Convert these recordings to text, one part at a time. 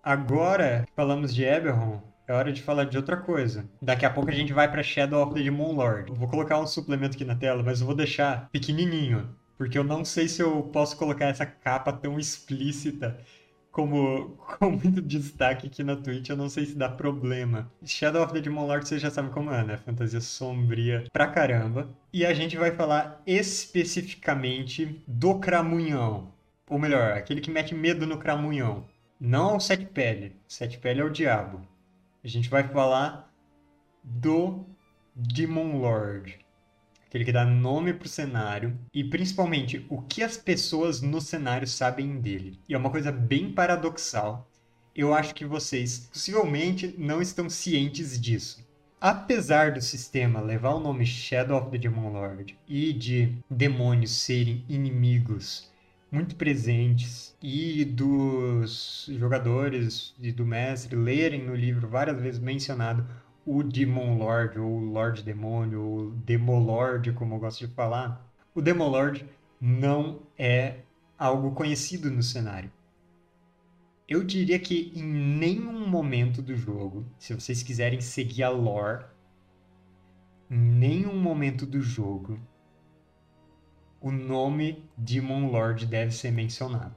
Agora que falamos de Eberron, é hora de falar de outra coisa. Daqui a pouco a gente vai para Shadow of the Demon Lord. Vou colocar um suplemento aqui na tela, mas eu vou deixar pequenininho, porque eu não sei se eu posso colocar essa capa tão explícita como com muito destaque aqui na Twitch, eu não sei se dá problema. Shadow of the Demon Lord você já sabe como é, né? Fantasia sombria pra caramba. E a gente vai falar especificamente do Cramunhão. Ou melhor, aquele que mete medo no Cramunhão. Não ao Sete Pele. Sete Pele é o diabo. A gente vai falar do Demon Lord. Aquele que dá nome pro cenário e principalmente o que as pessoas no cenário sabem dele. E é uma coisa bem paradoxal. Eu acho que vocês possivelmente não estão cientes disso. Apesar do sistema levar o nome Shadow of the Demon Lord e de demônios serem inimigos muito presentes e dos jogadores e do mestre lerem no livro várias vezes mencionado o Demon Lord, ou Lord Demônio, ou Demolord, como eu gosto de falar, o Demolord não é algo conhecido no cenário. Eu diria que em nenhum momento do jogo, se vocês quiserem seguir a lore, em nenhum momento do jogo, o nome Demon Lord deve ser mencionado.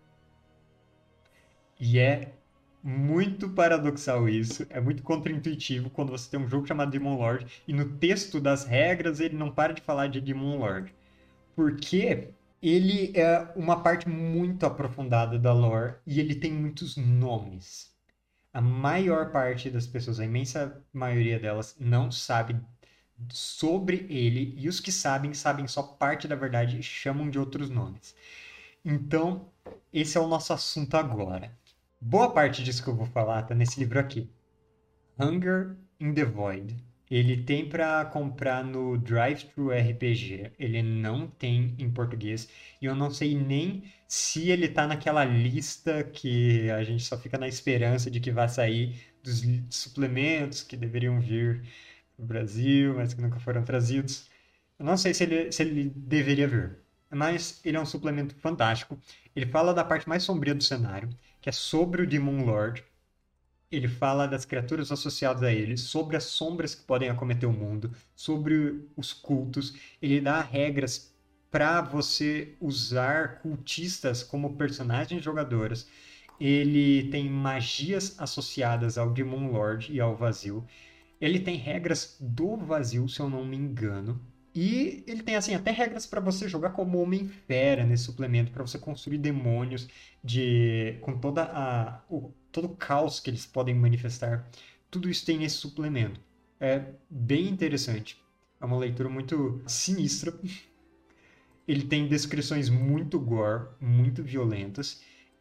E é muito paradoxal isso, é muito contraintuitivo quando você tem um jogo chamado Demon Lord e no texto das regras ele não para de falar de Demon Lord. Porque ele é uma parte muito aprofundada da lore e ele tem muitos nomes. A maior parte das pessoas, a imensa maioria delas, não sabe sobre ele e os que sabem, sabem só parte da verdade e chamam de outros nomes. Então, esse é o nosso assunto agora. Boa parte disso que eu vou falar tá nesse livro aqui. Hunger in the Void. Ele tem para comprar no Drive-Thru RPG. Ele não tem em português. E eu não sei nem se ele tá naquela lista que a gente só fica na esperança de que vai sair dos suplementos que deveriam vir do Brasil, mas que nunca foram trazidos. Eu não sei se ele deveria vir. Mas ele é um suplemento fantástico. Ele fala da parte mais sombria do cenário, que é sobre o Demon Lord. Ele fala das criaturas associadas a ele, sobre as sombras que podem acometer o mundo, sobre os cultos. Ele dá regras para você usar cultistas como personagens jogadoras. Ele tem magias associadas ao Demon Lord e ao vazio. Ele tem regras do vazio, se eu não me engano. E ele tem assim até regras para você jogar como Homem-Fera nesse suplemento, para você construir demônios com todo o caos que eles podem manifestar. Tudo isso tem nesse suplemento. É bem interessante. É uma leitura muito sinistra. Ele tem descrições muito gore, muito violentas.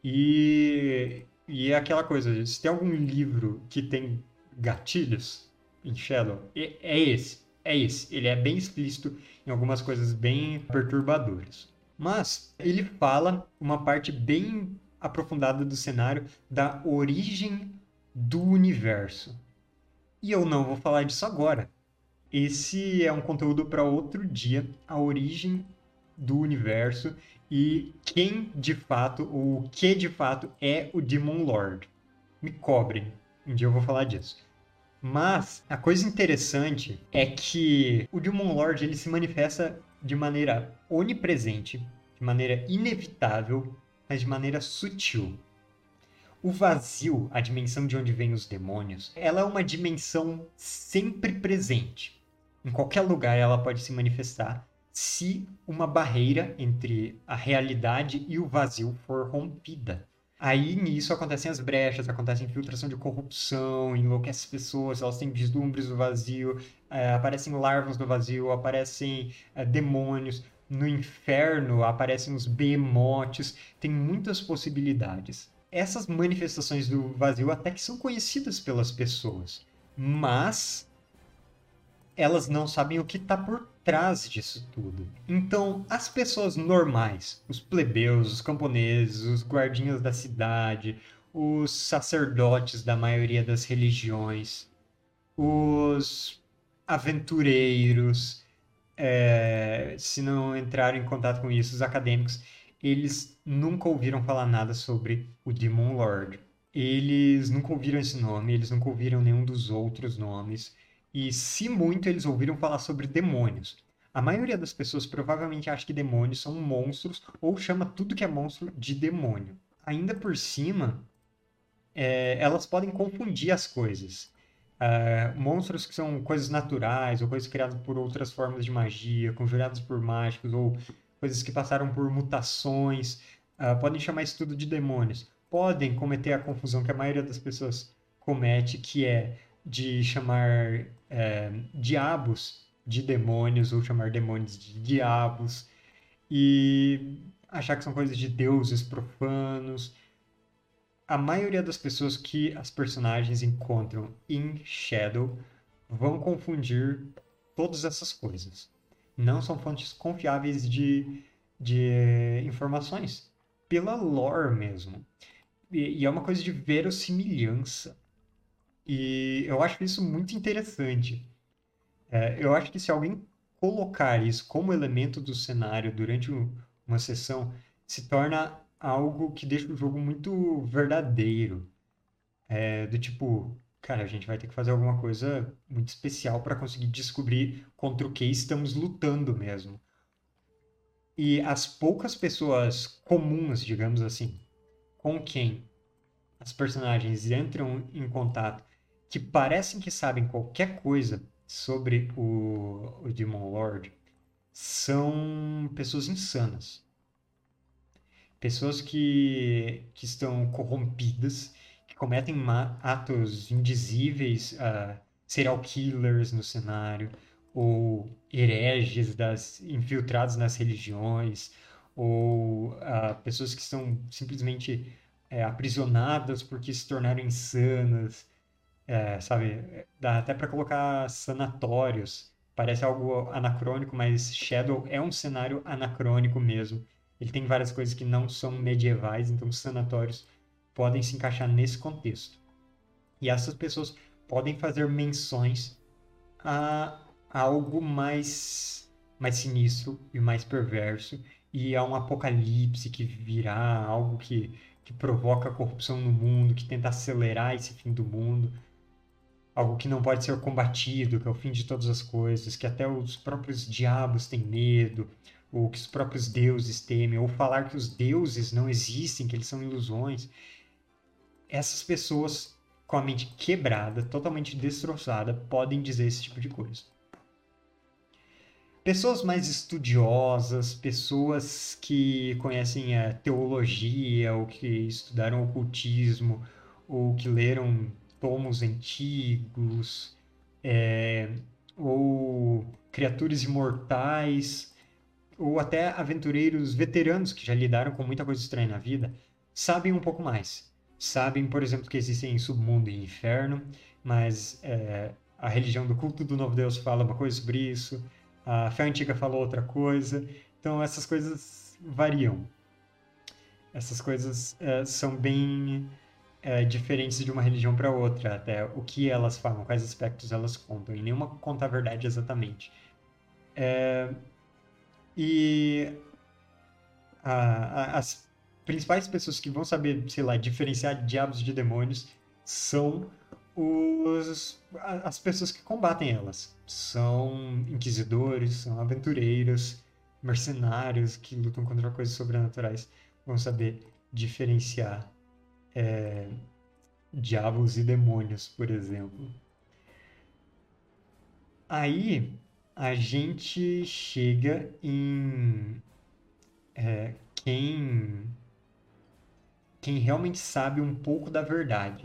E é aquela coisa, se tem algum livro que tem gatilhos em Shadow, é esse. É esse. Ele é bem explícito em algumas coisas bem perturbadoras. Mas ele fala uma parte bem aprofundada do cenário da origem do universo. E eu não vou falar disso agora. Esse é um conteúdo para outro dia, a origem do universo e quem de fato, ou o que de fato é o Demon Lord. Me cobrem, um dia eu vou falar disso. Mas a coisa interessante é que o Demon Lord ele se manifesta de maneira onipresente, de maneira inevitável, mas de maneira sutil. O vazio, a dimensão de onde vêm os demônios, ela é uma dimensão sempre presente. Em qualquer lugar ela pode se manifestar se uma barreira entre a realidade e o vazio for rompida. Aí nisso acontecem as brechas, acontece a infiltração de corrupção, enlouquece as pessoas, elas têm vislumbres do vazio, aparecem larvas do vazio, aparecem demônios. No inferno aparecem os behemotes, tem muitas possibilidades. Essas manifestações do vazio até que são conhecidas pelas pessoas, mas elas não sabem o que está por trás disso tudo. Então, as pessoas normais, os plebeus, os camponeses, os guardinhas da cidade, os sacerdotes da maioria das religiões, os aventureiros, se não entraram em contato com isso, os acadêmicos, eles nunca ouviram falar nada sobre o Demon Lord. eles nunca ouviram esse nome, eles nunca ouviram nenhum dos outros nomes, e se muito, eles ouviram falar sobre demônios. A maioria das pessoas provavelmente acha que demônios são monstros ou chama tudo que é monstro de demônio. Ainda por cima, elas podem confundir as coisas. Monstros que são coisas naturais ou coisas criadas por outras formas de magia, conjuradas por mágicos ou coisas que passaram por mutações, podem chamar isso tudo de demônios. Podem cometer a confusão que a maioria das pessoas comete, que é de chamar diabos de demônios ou chamar demônios de diabos e achar que são coisas de deuses profanos. A maioria das pessoas que as personagens encontram em Shadow vão confundir todas essas coisas. Não são fontes confiáveis de informações. Pela lore mesmo. E é uma coisa de verossimilhança. E eu acho isso muito interessante. Eu acho que se alguém colocar isso como elemento do cenário durante uma sessão, se torna algo que deixa o jogo muito verdadeiro. Do tipo, cara, a gente vai ter que fazer alguma coisa muito especial para conseguir descobrir contra o que estamos lutando mesmo. E as poucas pessoas comuns, digamos assim, com quem as personagens entram em contato, que parecem que sabem qualquer coisa sobre o Demon Lord, são pessoas insanas. Pessoas que estão corrompidas, que cometem atos indizíveis, serial killers no cenário, ou hereges infiltrados nas religiões, ou pessoas que estão simplesmente aprisionadas porque se tornaram insanas, sabe? Dá até para colocar sanatórios. Parece algo anacrônico, mas Shadow é um cenário anacrônico mesmo. Ele tem várias coisas que não são medievais, então os sanatórios podem se encaixar nesse contexto. E essas pessoas podem fazer menções a algo mais sinistro e mais perverso, e a um apocalipse que virá, algo que provoca corrupção no mundo, que tenta acelerar esse fim do mundo, algo que não pode ser combatido, que é o fim de todas as coisas, que até os próprios diabos têm medo, ou que os próprios deuses temem, ou falar que os deuses não existem, que eles são ilusões. Essas pessoas com a mente quebrada, totalmente destroçada, podem dizer esse tipo de coisa. Pessoas mais estudiosas, pessoas que conhecem a teologia, ou que estudaram ocultismo, ou que leram tomos antigos, é, ou criaturas imortais, ou até aventureiros veteranos que já lidaram com muita coisa estranha na vida, sabem um pouco mais. Sabem, por exemplo, que existem submundo e inferno, mas a religião do culto do novo Deus fala uma coisa sobre isso, a fé antiga falou outra coisa, então essas coisas variam. Essas coisas são bem diferentes de uma religião para outra, até o que elas falam, quais aspectos elas contam, e nenhuma conta a verdade exatamente. E as principais pessoas que vão saber, sei lá, diferenciar diabos de demônios são as pessoas que combatem elas. São inquisidores, são aventureiros, mercenários que lutam contra coisas sobrenaturais. Vão saber diferenciar diabos e demônios, por exemplo. Aí a gente chega em quem quem realmente sabe um pouco da verdade,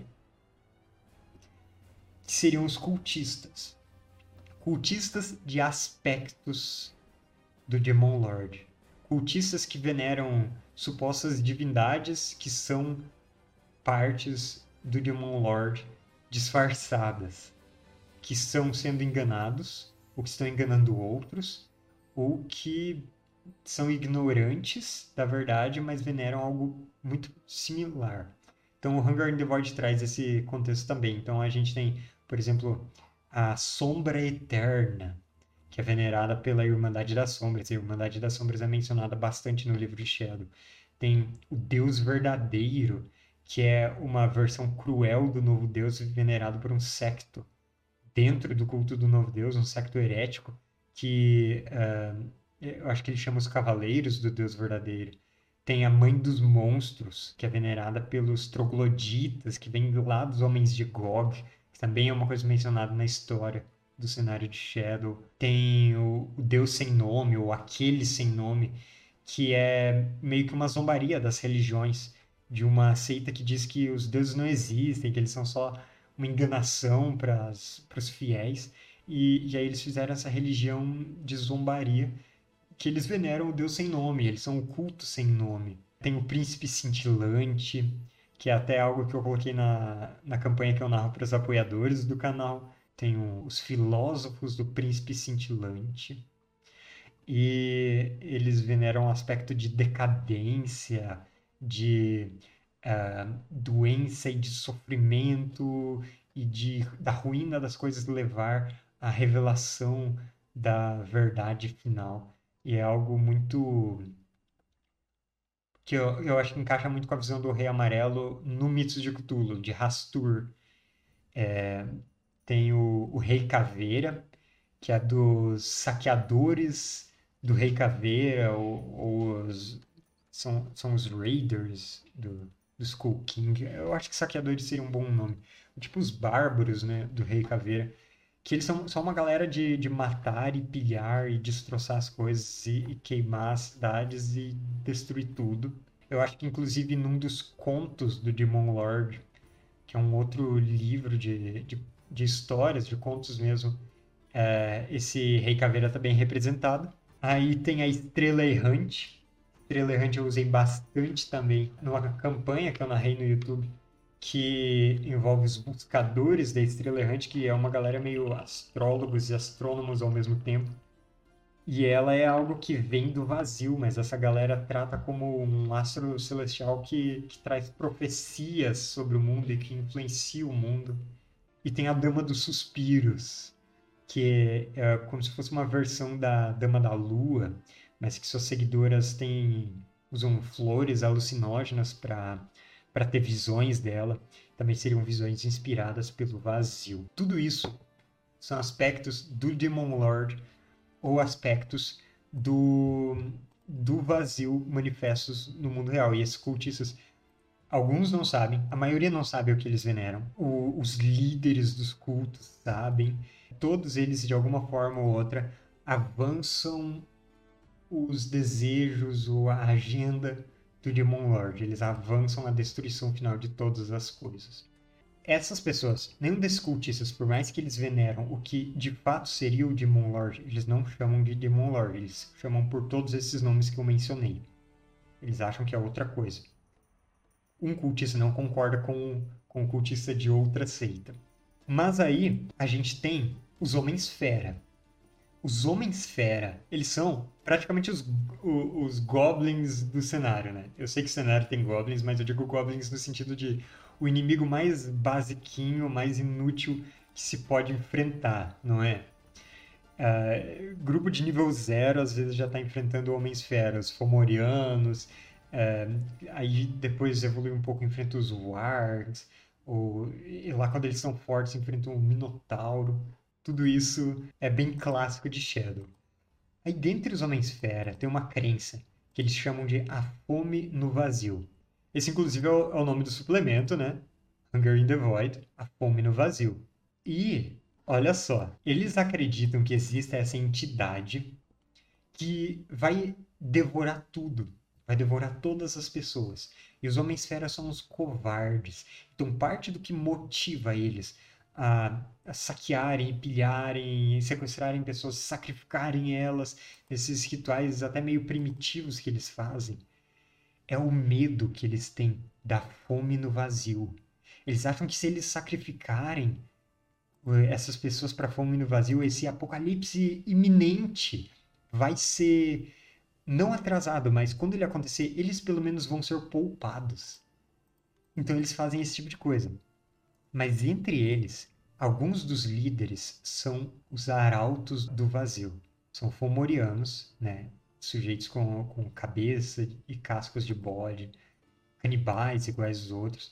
que seriam os cultistas. Cultistas de aspectos do Demon Lord. Cultistas que veneram supostas divindades que são partes do Demon Lord disfarçadas, que estão sendo enganados, ou que estão enganando outros, ou que são ignorantes da verdade, mas veneram algo muito similar. Então, o Hunger in the Void traz esse contexto também. Então, a gente tem, por exemplo, a Sombra Eterna, que é venerada pela Irmandade das Sombras. A Irmandade das Sombras é mencionada bastante no livro de Shadow. Tem o Deus Verdadeiro, que é uma versão cruel do novo deus venerado por um secto dentro do culto do novo deus, um secto herético, que eu acho que ele chama os cavaleiros do deus verdadeiro. Tem a mãe dos monstros, que é venerada pelos trogloditas, que vem lá dos homens de Gog, que também é uma coisa mencionada na história do cenário de Shadow. Tem o Deus sem nome, ou aquele sem nome, que é meio que uma zombaria das religiões, de uma seita que diz que os deuses não existem, que eles são só uma enganação para os fiéis. E aí eles fizeram essa religião de zombaria, que eles veneram o Deus sem nome, eles são o culto sem nome. Tem o príncipe cintilante, que é até algo que eu coloquei na campanha que eu narro para os apoiadores do canal. Tem os filósofos do príncipe cintilante. E eles veneram o aspecto de decadência, de doença e de sofrimento e da ruína das coisas levar à revelação da verdade final. E é algo muito que eu acho que encaixa muito com a visão do Rei Amarelo no Mitos de Cthulhu, de Hastur. Tem o Rei Caveira, que é dos saqueadores do Rei Caveira, ou são os Raiders do Skull King. Eu acho que saqueadores seria um bom nome. Tipo os bárbaros, né, do Rei Caveira. Que eles são uma galera de matar e pilhar e destroçar as coisas e queimar as cidades e destruir tudo. Eu acho que, inclusive, num dos contos do Demon Lord, que é um outro livro de histórias, de contos mesmo, esse Rei Caveira está bem representado. Aí tem a Estrela Errante. Estrela Errante eu usei bastante também numa campanha que eu narrei no YouTube, que envolve os buscadores da Estrela Errante, que é uma galera meio astrólogos e astrônomos ao mesmo tempo. E ela é algo que vem do vazio, mas essa galera trata como um astro celestial que traz profecias sobre o mundo e que influencia o mundo. E tem a Dama dos Suspiros, que é como se fosse uma versão da Dama da Lua, mas que suas seguidoras usam flores alucinógenas para ter visões dela. Também seriam visões inspiradas pelo vazio. Tudo isso são aspectos do Demon Lord ou aspectos do vazio manifestos no mundo real. E esses cultistas, alguns não sabem, a maioria não sabe o que eles veneram. Os líderes dos cultos sabem. Todos eles, de alguma forma ou outra, avançam os desejos ou a agenda do Demon Lord. Eles avançam a destruição final de todas as coisas. Essas pessoas, nenhum desses cultistas, por mais que eles veneram o que de fato seria o Demon Lord, eles não chamam de Demon Lord, eles chamam por todos esses nomes que eu mencionei. Eles acham que é outra coisa. Um cultista não concorda com o cultista de outra seita. Mas aí a gente tem os Homens-Fera. Os Homens-Fera, eles são praticamente os goblins do cenário, né? Eu sei que o cenário tem goblins, mas eu digo goblins no sentido de o inimigo mais basiquinho, mais inútil que se pode enfrentar, não é? Grupo de nível 0 às vezes já está enfrentando Homens-Fera, os Fomorianos, aí depois evolui um pouco, enfrenta os Wargs, e lá quando eles são fortes enfrentam o Minotauro. Tudo isso é bem clássico de Shadow. Aí, dentre os Homens-Fera, tem uma crença que eles chamam de a fome no vazio. Esse, inclusive, é o nome do suplemento, né? Hunger in the Void, a fome no vazio. E, olha só, eles acreditam que existe essa entidade que vai devorar tudo, vai devorar todas as pessoas. E os Homens-Fera são os covardes. Então, parte do que motiva eles a saquearem, pilharem, sequestrarem pessoas, sacrificarem elas, esses rituais até meio primitivos que eles fazem, é o medo que eles têm da fome no vazio. Eles acham que se eles sacrificarem essas pessoas para a fome no vazio, esse apocalipse iminente vai ser não atrasado, mas quando ele acontecer, eles pelo menos vão ser poupados. Então eles fazem esse tipo de coisa. Mas entre eles, alguns dos líderes são os arautos do vazio. São fomorianos, né? Sujeitos com cabeça e cascos de bode, canibais iguais aos outros,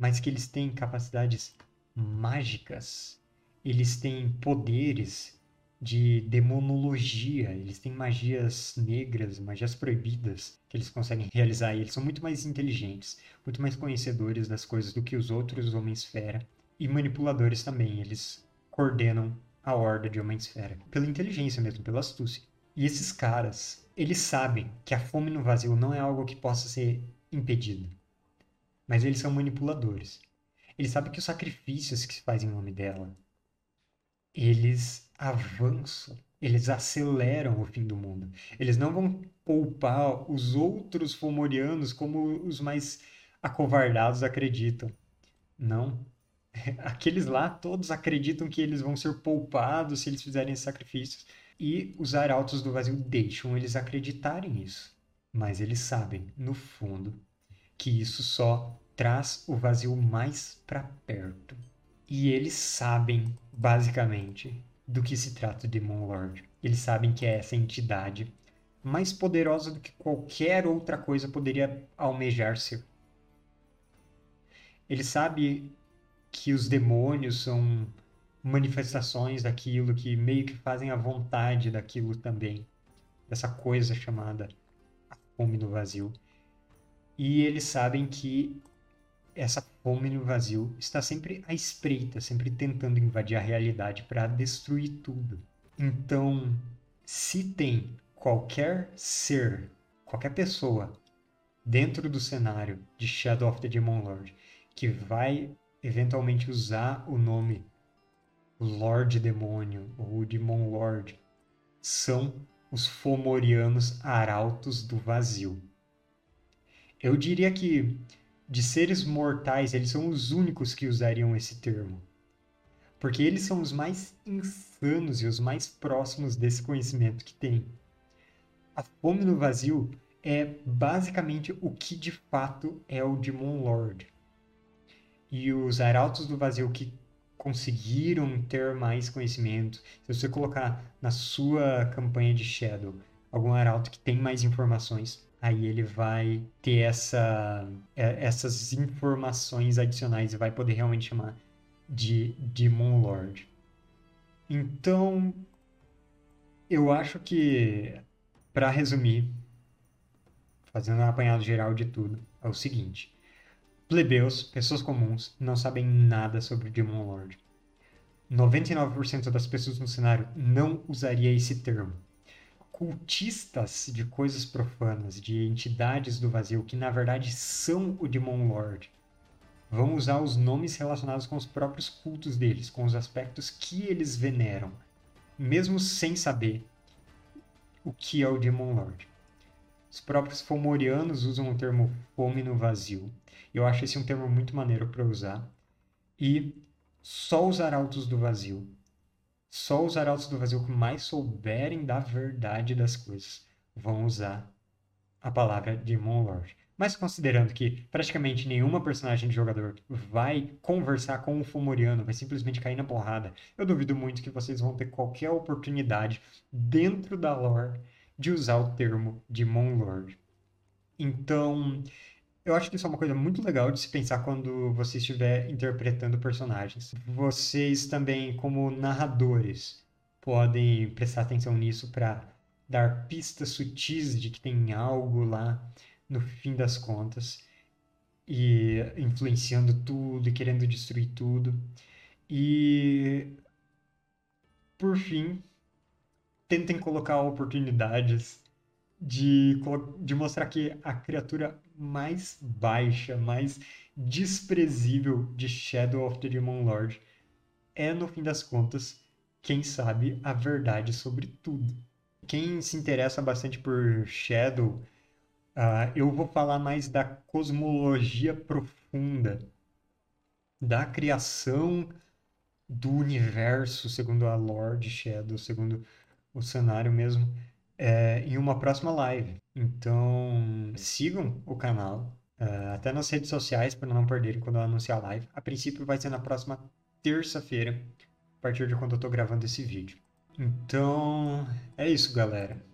mas que eles têm capacidades mágicas. Eles têm poderes de demonologia, eles têm magias negras, magias proibidas que eles conseguem realizar. E eles são muito mais inteligentes, muito mais conhecedores das coisas do que os outros Homem-Esfera. E manipuladores também, eles coordenam a horda de Homem-Esfera. Pela inteligência mesmo, pela astúcia. E esses caras, eles sabem que a fome no vazio não é algo que possa ser impedido. Mas eles são manipuladores. Eles sabem que os sacrifícios que se fazem em nome dela, eles avançam, eles aceleram o fim do mundo. Eles não vão poupar os outros Fomorianos como os mais acovardados acreditam. Não. Aqueles lá todos acreditam que eles vão ser poupados se eles fizerem esses sacrifícios. E os Arautos do Vazio deixam eles acreditarem nisso. Mas eles sabem, no fundo, que isso só traz o vazio mais para perto. E eles sabem, basicamente, do que se trata o Demon Lord. Eles sabem que é essa entidade mais poderosa do que qualquer outra coisa poderia almejar ser. Ele sabe que os demônios são manifestações daquilo, que meio que fazem a vontade daquilo também, dessa coisa chamada a fome no vazio. E eles sabem que essa fome no vazio está sempre à espreita, sempre tentando invadir a realidade para destruir tudo. Então, se tem qualquer ser, qualquer pessoa dentro do cenário de Shadow of the Demon Lord que vai eventualmente usar o nome Lorde Demônio ou Demon Lord, são os Fomorianos Arautos do Vazio. Eu diria que, de seres mortais, eles são os únicos que usariam esse termo. Porque eles são os mais insanos e os mais próximos desse conhecimento que tem. A fome no vazio é basicamente o que de fato é o Demon Lord. E os Arautos do Vazio que conseguiram ter mais conhecimento, se você colocar na sua campanha de Shadow algum Arauto que tem mais informações, aí ele vai ter essas informações adicionais e vai poder realmente chamar de Demon Lord. Então, eu acho que, para resumir, fazendo um apanhado geral de tudo, é o seguinte: plebeus, pessoas comuns, não sabem nada sobre o Demon Lord. 99% das pessoas no cenário não usaria esse termo. Cultistas de coisas profanas, de entidades do vazio, que na verdade são o Demon Lord, vão usar os nomes relacionados com os próprios cultos deles, com os aspectos que eles veneram, mesmo sem saber o que é o Demon Lord. Os próprios Fomorianos usam o termo fome no vazio. Eu acho esse um termo muito maneiro para usar. E só os Arautos do Vazio, só os Arautos do Vazio que mais souberem da verdade das coisas vão usar a palavra Demon Lord. Mas considerando que praticamente nenhuma personagem de jogador vai conversar com o Fomoriano, vai simplesmente cair na porrada, eu duvido muito que vocês vão ter qualquer oportunidade dentro da lore de usar o termo Demon Lord. Então, eu acho que isso é uma coisa muito legal de se pensar quando você estiver interpretando personagens. Vocês também, como narradores, podem prestar atenção nisso para dar pistas sutis de que tem algo lá no fim das contas e influenciando tudo e querendo destruir tudo. E, por fim, tentem colocar oportunidades de mostrar que a criatura mais baixa, mais desprezível de Shadow of the Demon Lord é, no fim das contas, quem sabe a verdade sobre tudo. Quem se interessa bastante por Shadow, eu vou falar mais da cosmologia profunda, da criação do universo, segundo a lore de Shadow, segundo o cenário mesmo, em uma próxima live. Então, sigam o canal, até nas redes sociais, para não perderem quando eu anunciar a live. A princípio vai ser na próxima terça-feira, a partir de quando eu estou gravando esse vídeo. Então, é isso, galera.